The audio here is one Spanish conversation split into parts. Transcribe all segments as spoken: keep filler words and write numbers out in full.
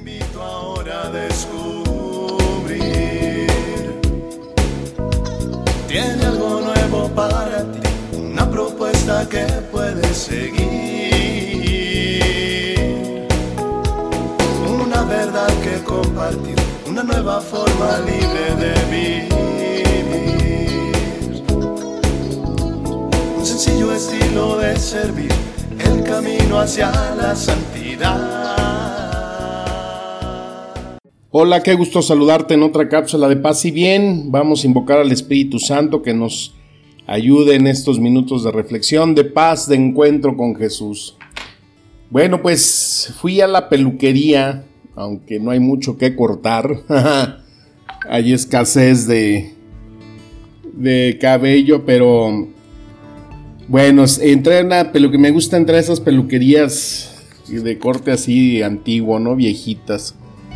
invito ahora a descubrir. Tiene algo nuevo para ti, una propuesta que puedes seguir, una verdad que compartir, una nueva forma libre de vivir, un sencillo estilo de servir, el camino hacia la santidad. Hola, qué gusto saludarte en otra cápsula de paz y bien. Vamos a invocar al Espíritu Santo que nos ayude en estos minutos de reflexión, de paz, de encuentro con Jesús. Bueno, pues fui a la peluquería, aunque no hay mucho que cortar. Hay escasez de, de cabello, pero bueno, entré a una peluquería. Me gusta entrar a esas peluquerías de corte así antiguo, ¿no? Viejitas.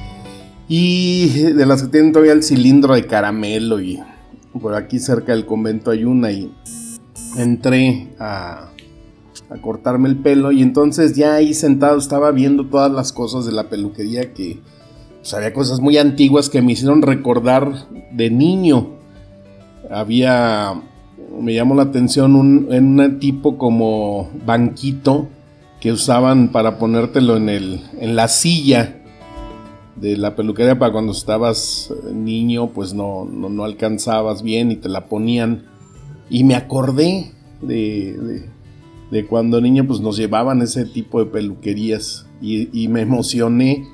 Y de las que tienen todavía el cilindro de caramelo. Y por aquí cerca del convento hay una. Y entré a, a cortarme el pelo. Y entonces ya ahí sentado estaba viendo todas las cosas de la peluquería. Que pues, había cosas muy antiguas que me hicieron recordar de niño. Había, me llamó la atención un, en un tipo como banquito que usaban para ponértelo en, el, en la silla de la peluquería para cuando estabas niño, pues no, no, no alcanzabas bien y te la ponían. Y me acordé de, de, de cuando niño pues nos llevaban ese tipo de peluquerías y, y me emocioné.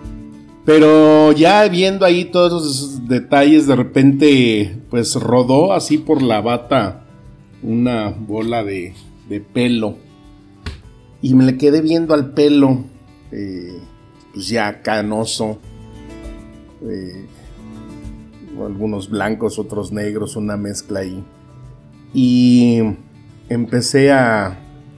Pero ya viendo ahí todos esos detalles, de repente pues rodó así por la bata una bola de, de pelo. Y me le quedé viendo al pelo, eh, pues ya canoso, eh, algunos blancos, otros negros, una mezcla ahí. Y empecé a,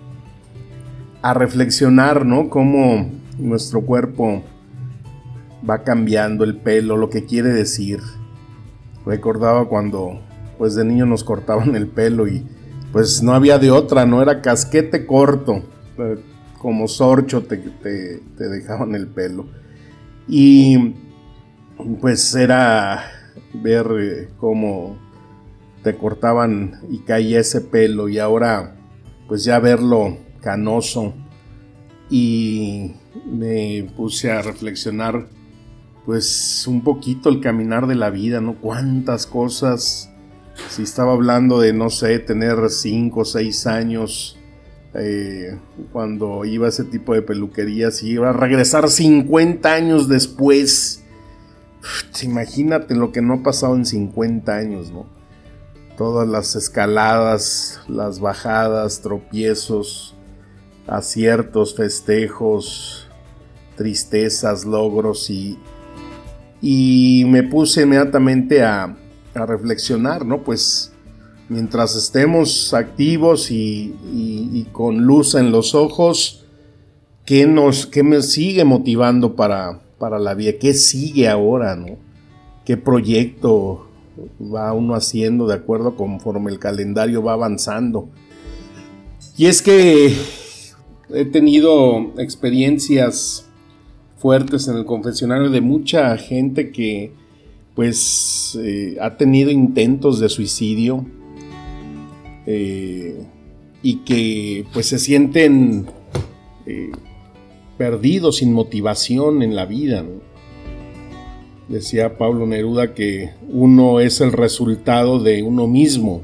a reflexionar, ¿no? Cómo nuestro cuerpo va cambiando el pelo, lo que quiere decir. Recordaba cuando, pues de niño nos cortaban el pelo y pues no había de otra, no era casquete corto. Como sorcho te, te, te dejaban el pelo. Y pues era ver eh, cómo te cortaban y caía ese pelo. Y ahora pues ya verlo canoso. Y me puse a reflexionar pues un poquito el caminar de la vida, ¿no? Cuántas cosas. Si estaba hablando de, no sé, tener cinco o seis años, Eh, cuando iba a ese tipo de peluquerías y iba a regresar cincuenta años después. Uf, imagínate lo que no ha pasado en cincuenta años, ¿no? Todas las escaladas, las bajadas, tropiezos, aciertos, festejos, tristezas, logros y, y me puse inmediatamente a, a reflexionar, ¿no? Pues mientras estemos activos y, y, y con luz en los ojos, ¿qué, nos, qué me sigue motivando para, para la vida? ¿Qué sigue ahora, no? ¿Qué proyecto va uno haciendo de acuerdo conforme el calendario va avanzando? Y es que he tenido experiencias fuertes en el confesionario de mucha gente que pues eh, ha tenido intentos de suicidio. Eh, y que pues se sienten eh, perdidos, sin motivación en la vida, ¿no? Decía Pablo Neruda que uno es el resultado de uno mismo.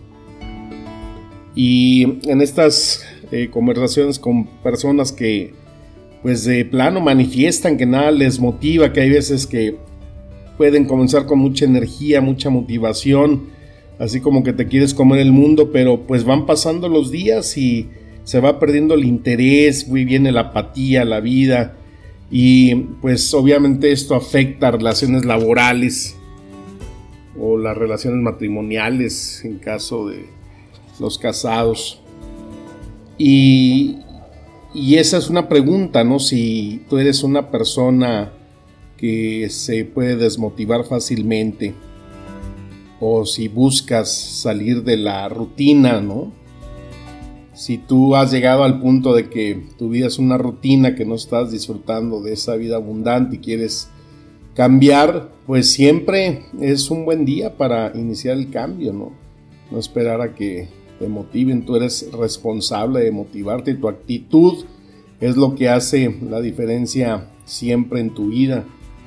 Y en estas eh, conversaciones con personas que pues de plano manifiestan que nada les motiva, que hay veces que pueden comenzar con mucha energía, mucha motivación, así como que te quieres comer el mundo, pero pues van pasando los días y se va perdiendo el interés, muy viene la apatía, la vida, y pues obviamente esto afecta relaciones laborales o las relaciones matrimoniales en caso de los casados. Y, y esa es una pregunta, ¿no? Si tú eres una persona que se puede desmotivar fácilmente, o si buscas salir de la rutina, ¿no? si tú has llegado al punto de que tu vida es una rutina, que no estás disfrutando de esa vida abundante y quieres cambiar, pues siempre es un buen día para iniciar el cambio, ¿no? No esperar a que te motiven, tú eres responsable de motivarte y tu actitud es lo que hace la diferencia siempre en tu vida.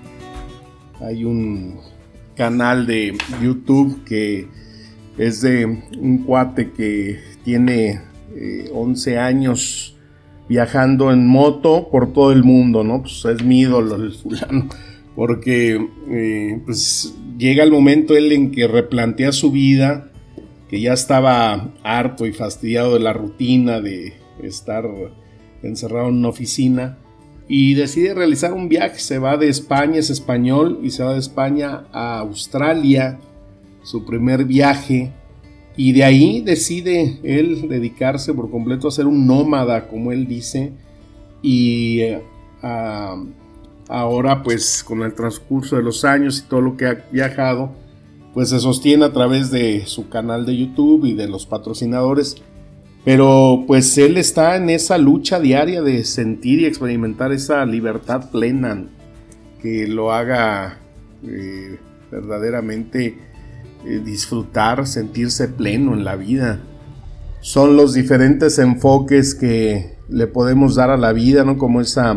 Hay un canal de YouTube que es de un cuate que tiene eh, once años viajando en moto por todo el mundo, ¿no? Pues es mi ídolo el fulano, porque eh, pues llega el momento él en que replantea su vida, que ya estaba harto y fastidiado de la rutina de estar encerrado en una oficina, y decide realizar un viaje. Se va de España, es español, y se va de España a Australia, su primer viaje, y de ahí decide él dedicarse por completo a ser un nómada, como él dice, y eh, a, ahora pues con el transcurso de los años y todo lo que ha viajado, pues se sostiene a través de su canal de YouTube y de los patrocinadores. Pero pues él está en esa lucha diaria de sentir y experimentar esa libertad plena que lo haga eh, verdaderamente eh, disfrutar, sentirse pleno en la vida. Son los diferentes enfoques que le podemos dar a la vida, ¿no? Como esa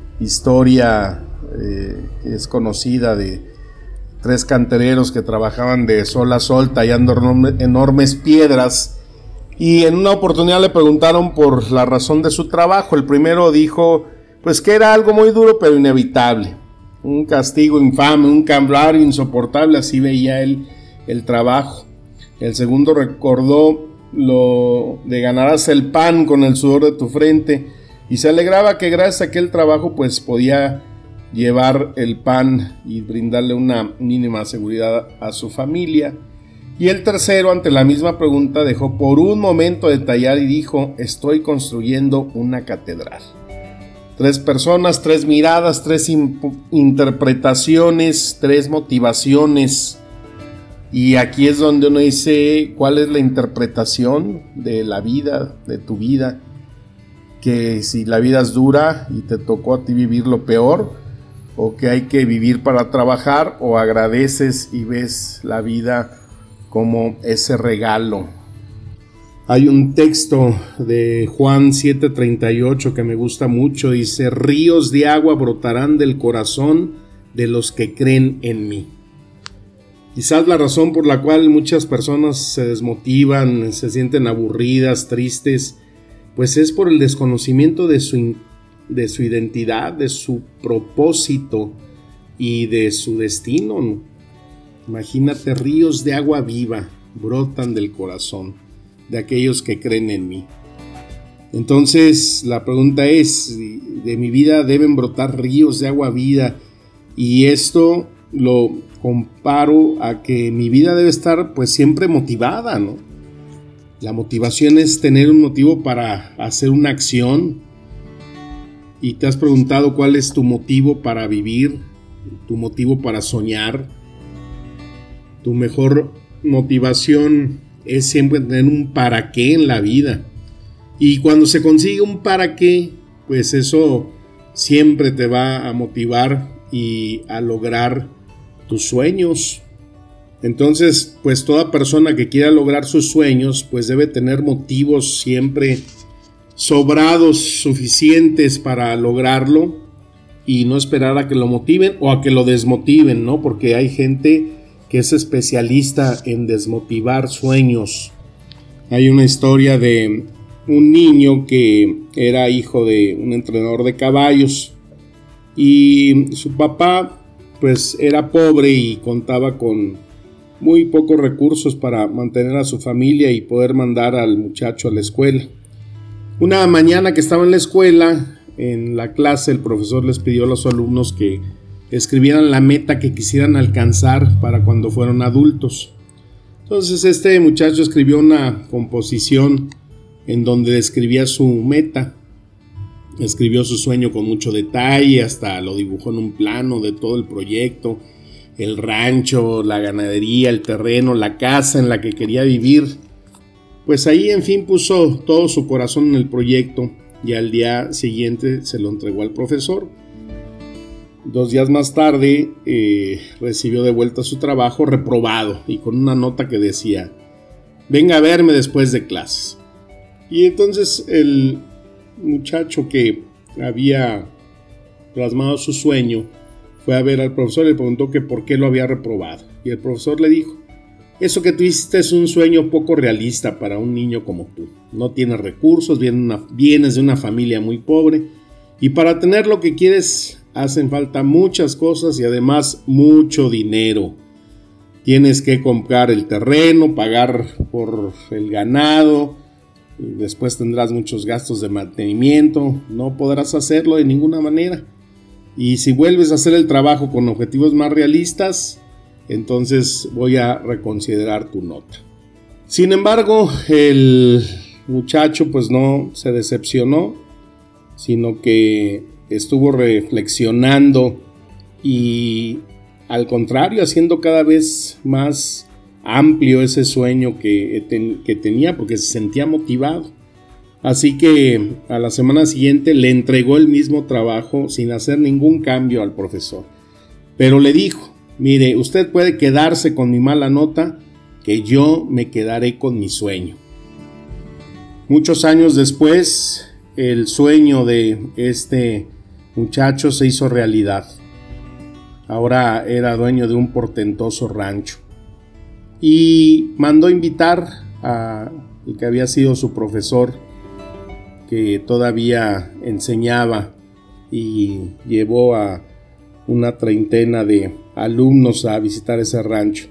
historia eh, que es conocida de tres cantereros que trabajaban de sol a sol tallando enormes piedras. Y en una oportunidad le preguntaron por la razón de su trabajo. El primero dijo pues que era algo muy duro pero inevitable, un castigo infame, un calvario insoportable, así veía él el trabajo. El segundo recordó lo de ganarás el pan con el sudor de tu frente y se alegraba que gracias a aquel trabajo pues podía llevar el pan y brindarle una mínima seguridad a su familia. Y el tercero, ante la misma pregunta, dejó por un momento de tallar y dijo: estoy construyendo una catedral. Tres personas, tres miradas, tres imp- interpretaciones, tres motivaciones. Y aquí es donde uno dice cuál es la interpretación de la vida, de tu vida. Que si la vida es dura y te tocó a ti vivir lo peor, o que hay que vivir para trabajar, o agradeces y ves la vida como ese regalo. Hay un texto de Juan siete treinta y ocho que me gusta mucho, dice: ríos de agua brotarán del corazón de los que creen en mí. Quizás la razón por la cual muchas personas se desmotivan, se sienten aburridas, tristes, pues es por el desconocimiento de su, de su identidad, de su propósito y de su destino, ¿no? Imagínate, ríos de agua viva brotan del corazón de aquellos que creen en mí. Entonces la pregunta es, de mi vida deben brotar ríos de agua viva, y esto lo comparo a que mi vida debe estar pues siempre motivada, ¿no? La motivación es tener un motivo para hacer una acción. Y te has preguntado cuál es tu motivo para vivir, tu motivo para soñar. Tu mejor motivación es siempre tener un para qué en la vida. Y cuando se consigue un para qué, pues eso siempre te va a motivar y a lograr tus sueños. Entonces, pues toda persona que quiera lograr sus sueños, pues debe tener motivos siempre sobrados, suficientes para lograrlo, y no esperar a que lo motiven o a que lo desmotiven, ¿no? Porque hay gente que es especialista en desmotivar sueños. Hay una historia de un niño que era hijo de un entrenador de caballos, y su papá pues era pobre y contaba con muy pocos recursos para mantener a su familia y poder mandar al muchacho a la escuela. Una mañana que estaba en la escuela, en la clase, el profesor les pidió a los alumnos que escribieran la meta que quisieran alcanzar para cuando fueron adultos. Entonces este muchacho escribió una composición en donde describía su meta. Escribió su sueño con mucho detalle, hasta lo dibujó en un plano de todo el proyecto, el rancho, la ganadería, el terreno, la casa en la que quería vivir. pues ahí en fin puso todo su corazón en el proyecto y al día siguiente se lo entregó al profesor. Dos días más tarde eh, recibió de vuelta su trabajo reprobado y con una nota que decía: venga a verme después de clases. Y entonces el muchacho que había plasmado su sueño fue a ver al profesor y le preguntó que por qué lo había reprobado. Y el profesor le dijo: eso que tú hiciste es un sueño poco realista para un niño como tú. No tienes recursos, vienes de una familia muy pobre y para tener lo que quieres hacen falta muchas cosas y además mucho dinero. Tienes que comprar el terreno, pagar por el ganado, después tendrás muchos gastos de mantenimiento, no podrás hacerlo de ninguna manera. Y si vuelves a hacer el trabajo con objetivos más realistas, entonces voy a reconsiderar tu nota. Sin embargo, el muchacho pues no se decepcionó, sino que estuvo reflexionando y al contrario, haciendo cada vez más amplio ese sueño que, ten, que tenía, porque se sentía motivado. Así que a la semana siguiente le entregó el mismo trabajo sin hacer ningún cambio al profesor. Pero le dijo: mire, usted puede quedarse con mi mala nota, que yo me quedaré con mi sueño. Muchos años después, el sueño de este muchacho se hizo realidad. Ahora era dueño de un portentoso rancho y mandó invitar a el que había sido su profesor, que todavía enseñaba, y llevó a una treintena de alumnos a visitar ese rancho.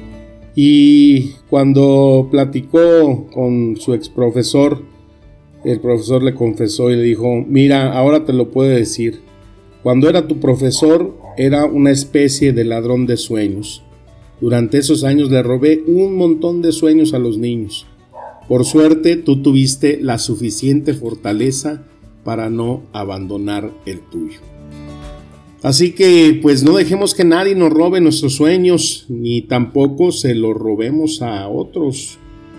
Y cuando platicó con su ex profesor, el profesor le confesó y le dijo: mira, ahora te lo puedo decir, cuando era tu profesor era una especie de ladrón de sueños. Durante esos años le robé un montón de sueños a los niños. Por suerte tú tuviste la suficiente fortaleza para no abandonar el tuyo. Así que pues no dejemos que nadie nos robe nuestros sueños, ni tampoco se los robemos a otros.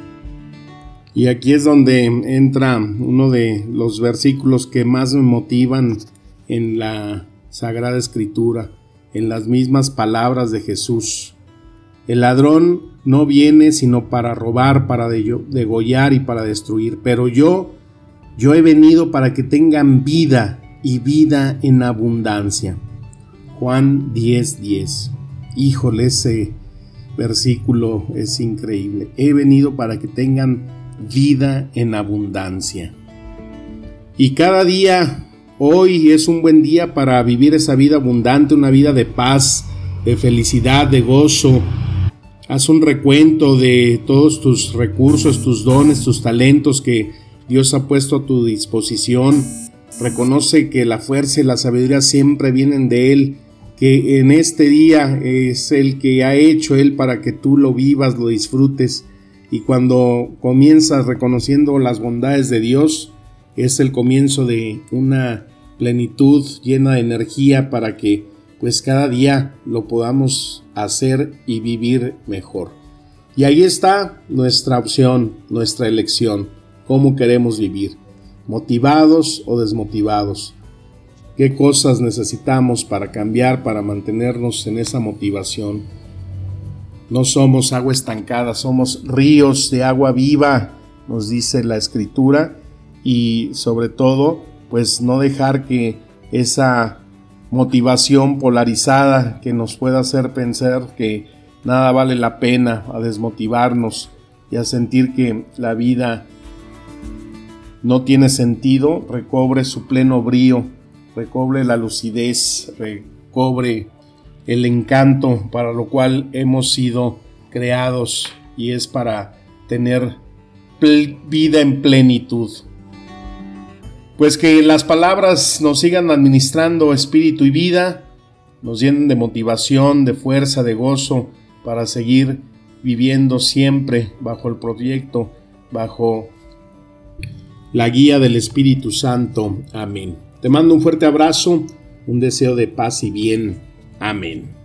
Y aquí es donde entra uno de los versículos que más me motivan en la Sagrada Escritura, en las mismas palabras de Jesús. El ladrón no viene sino para robar, para degollar y para destruir, pero yo, yo he venido para que tengan vida y vida en abundancia. Juan diez diez. Híjole, ese versículo es increíble. He venido para que tengan vida en abundancia. Y cada día, hoy es un buen día para vivir esa vida abundante, una vida de paz, de felicidad, de gozo. Haz un recuento de todos tus recursos, tus dones, tus talentos que Dios ha puesto a tu disposición. Reconoce que la fuerza y la sabiduría siempre vienen de Él, que en este día es el que ha hecho Él para que tú lo vivas, lo disfrutes. Y cuando comienzas reconociendo las bondades de Dios, es el comienzo de una plenitud llena de energía para que pues cada día lo podamos hacer y vivir mejor. Y ahí está nuestra opción, nuestra elección, cómo queremos vivir, motivados o desmotivados. ¿Qué cosas necesitamos para cambiar, para mantenernos en esa motivación? No somos agua estancada, somos ríos de agua viva, nos dice la Escritura, y sobre todo, pues no dejar que esa motivación polarizada que nos pueda hacer pensar que nada vale la pena, a desmotivarnos y a sentir que la vida no tiene sentido, recobre su pleno brío, recobre la lucidez, recobre el encanto para lo cual hemos sido creados, y es para tener pl- vida en plenitud. Pues que las palabras nos sigan administrando espíritu y vida, nos llenen de motivación, de fuerza, de gozo, para seguir viviendo siempre bajo el proyecto, bajo la guía del Espíritu Santo. Amén. Te mando un fuerte abrazo, un deseo de paz y bien. Amén.